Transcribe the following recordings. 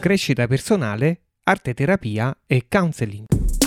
crescita personale, arte terapia e counseling.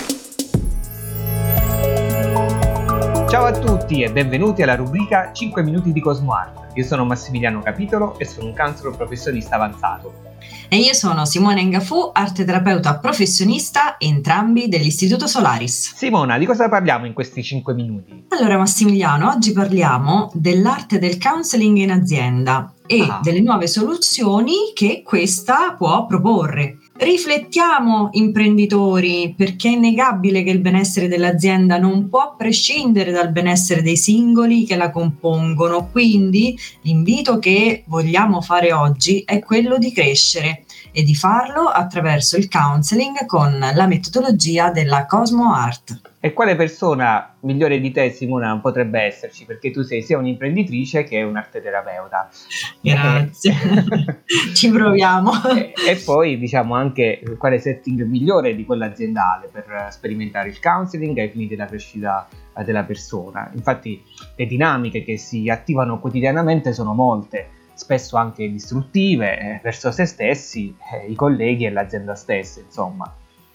Ciao a tutti e benvenuti alla rubrica 5 minuti di Cosmoart. Io sono Massimiliano Capitolo e sono un counselor professionista avanzato. E io sono Simona Engafu, arte terapeuta professionista, entrambi dell'Istituto Solaris. Simona, di cosa parliamo in questi 5 minuti? Allora Massimiliano, oggi parliamo dell'arte del counseling in azienda e delle nuove soluzioni che questa può proporre. Riflettiamo, imprenditori, perché è innegabile che il benessere dell'azienda non può prescindere dal benessere dei singoli che la compongono. Quindi l'invito che vogliamo fare oggi è quello di crescere e di farlo attraverso il counseling con la metodologia della Cosmoart. E quale persona migliore di te, Simona, potrebbe esserci? Perché tu sei sia un'imprenditrice che un'arte terapeuta. Grazie, ci proviamo. E poi diciamo anche quale setting migliore di quello aziendale per sperimentare il counseling ai fini della crescita della persona. Infatti le dinamiche che si attivano quotidianamente sono molte, spesso anche distruttive verso se stessi, i colleghi e l'azienda stessa, insomma.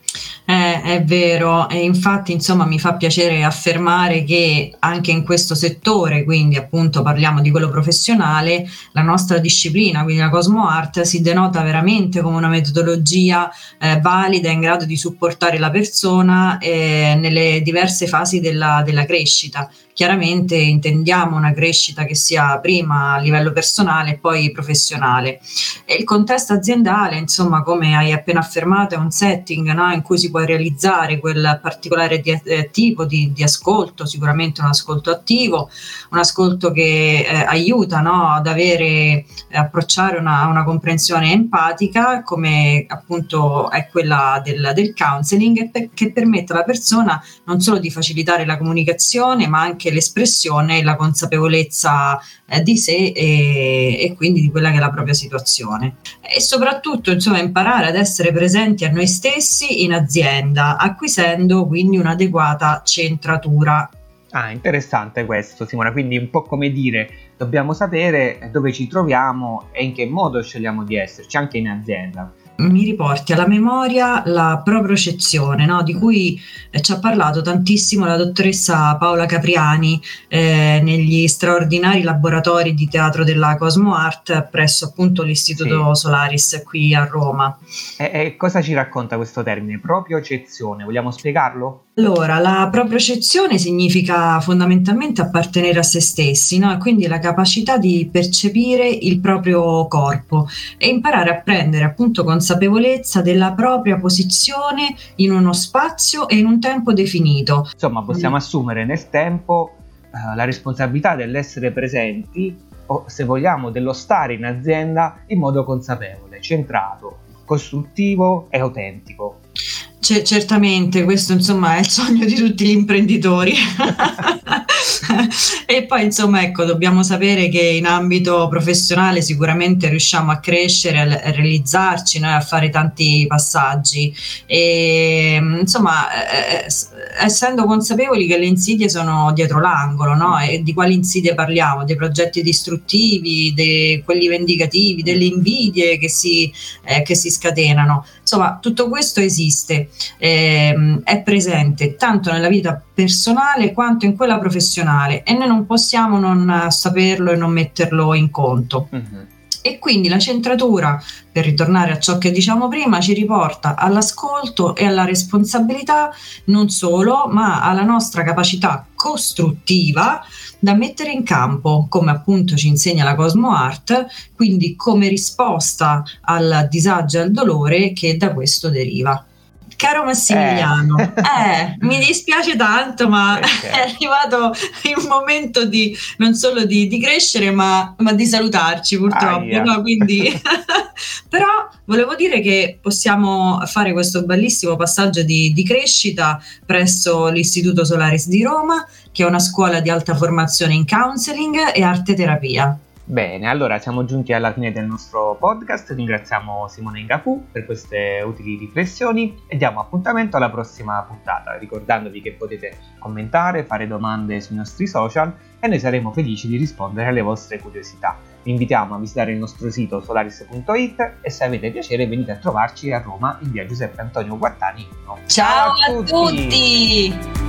È vero, e infatti insomma mi fa piacere affermare che anche in questo settore, quindi appunto parliamo di quello professionale, la nostra disciplina, quindi la Cosmoart, si denota veramente come una metodologia valida in grado di supportare la persona nelle diverse fasi della crescita. Chiaramente intendiamo una crescita che sia prima a livello personale e poi professionale. E il contesto aziendale, insomma, come hai appena affermato, è un setting, no, in cui si può realizzare quel particolare tipo di ascolto, sicuramente un ascolto attivo, un ascolto che aiuta, no, ad approcciare una comprensione empatica, come appunto è quella del counseling, che permette alla persona non solo di facilitare la comunicazione, ma anche l'espressione e la consapevolezza di sé e quindi di quella che è la propria situazione, e soprattutto insomma imparare ad essere presenti a noi stessi in azienda, acquisendo quindi un'adeguata centratura. Interessante questo, Simona, quindi un po' come dire, dobbiamo sapere dove ci troviamo e in che modo scegliamo di esserci anche in azienda. Mi riporti alla memoria la propriocezione, no? Di cui ci ha parlato tantissimo la dottoressa Paola Capriani negli straordinari laboratori di teatro della Cosmoart presso appunto l'Istituto Solaris qui a Roma. E cosa ci racconta questo termine, propriocezione? Vogliamo spiegarlo? Allora, la propriocezione significa fondamentalmente appartenere a se stessi, no? Quindi la capacità di percepire il proprio corpo e imparare a prendere appunto consapevolezza della propria posizione in uno spazio e in un tempo definito. Insomma, possiamo assumere nel tempo la responsabilità dell'essere presenti o, se vogliamo, dello stare in azienda in modo consapevole, centrato, costruttivo e autentico. Certamente, questo insomma è il sogno di tutti gli imprenditori. E poi insomma ecco, dobbiamo sapere che in ambito professionale sicuramente riusciamo a crescere, a realizzarci, a fare tanti passaggi e insomma essendo consapevoli che le insidie sono dietro l'angolo, no? E di quali insidie parliamo? Dei progetti distruttivi, quelli vendicativi, delle invidie che si scatenano. Insomma, tutto questo esiste, è presente tanto nella vita personale quanto in quella professionale e noi non possiamo non saperlo e non metterlo in conto. E quindi la centratura, per ritornare a ciò che diciamo prima, ci riporta all'ascolto e alla responsabilità non solo, ma alla nostra capacità costruttiva da mettere in campo, come appunto ci insegna la Cosmoart, quindi come risposta al disagio e al dolore che da questo deriva. Caro Massimiliano, mi dispiace tanto, ma è arrivato il momento non solo di crescere, ma di salutarci purtroppo. No? Quindi, però volevo dire che possiamo fare questo bellissimo passaggio di crescita presso l'Istituto Solaris di Roma, che è una scuola di alta formazione in counseling e arte terapia. Bene, allora siamo giunti alla fine del nostro podcast, ringraziamo Simone Ingaku per queste utili riflessioni e diamo appuntamento alla prossima puntata, ricordandovi che potete commentare, fare domande sui nostri social e noi saremo felici di rispondere alle vostre curiosità. Vi invitiamo a visitare il nostro sito solaris.it e se avete piacere venite a trovarci a Roma in via Giuseppe Antonio Guattani 1. Ciao a tutti!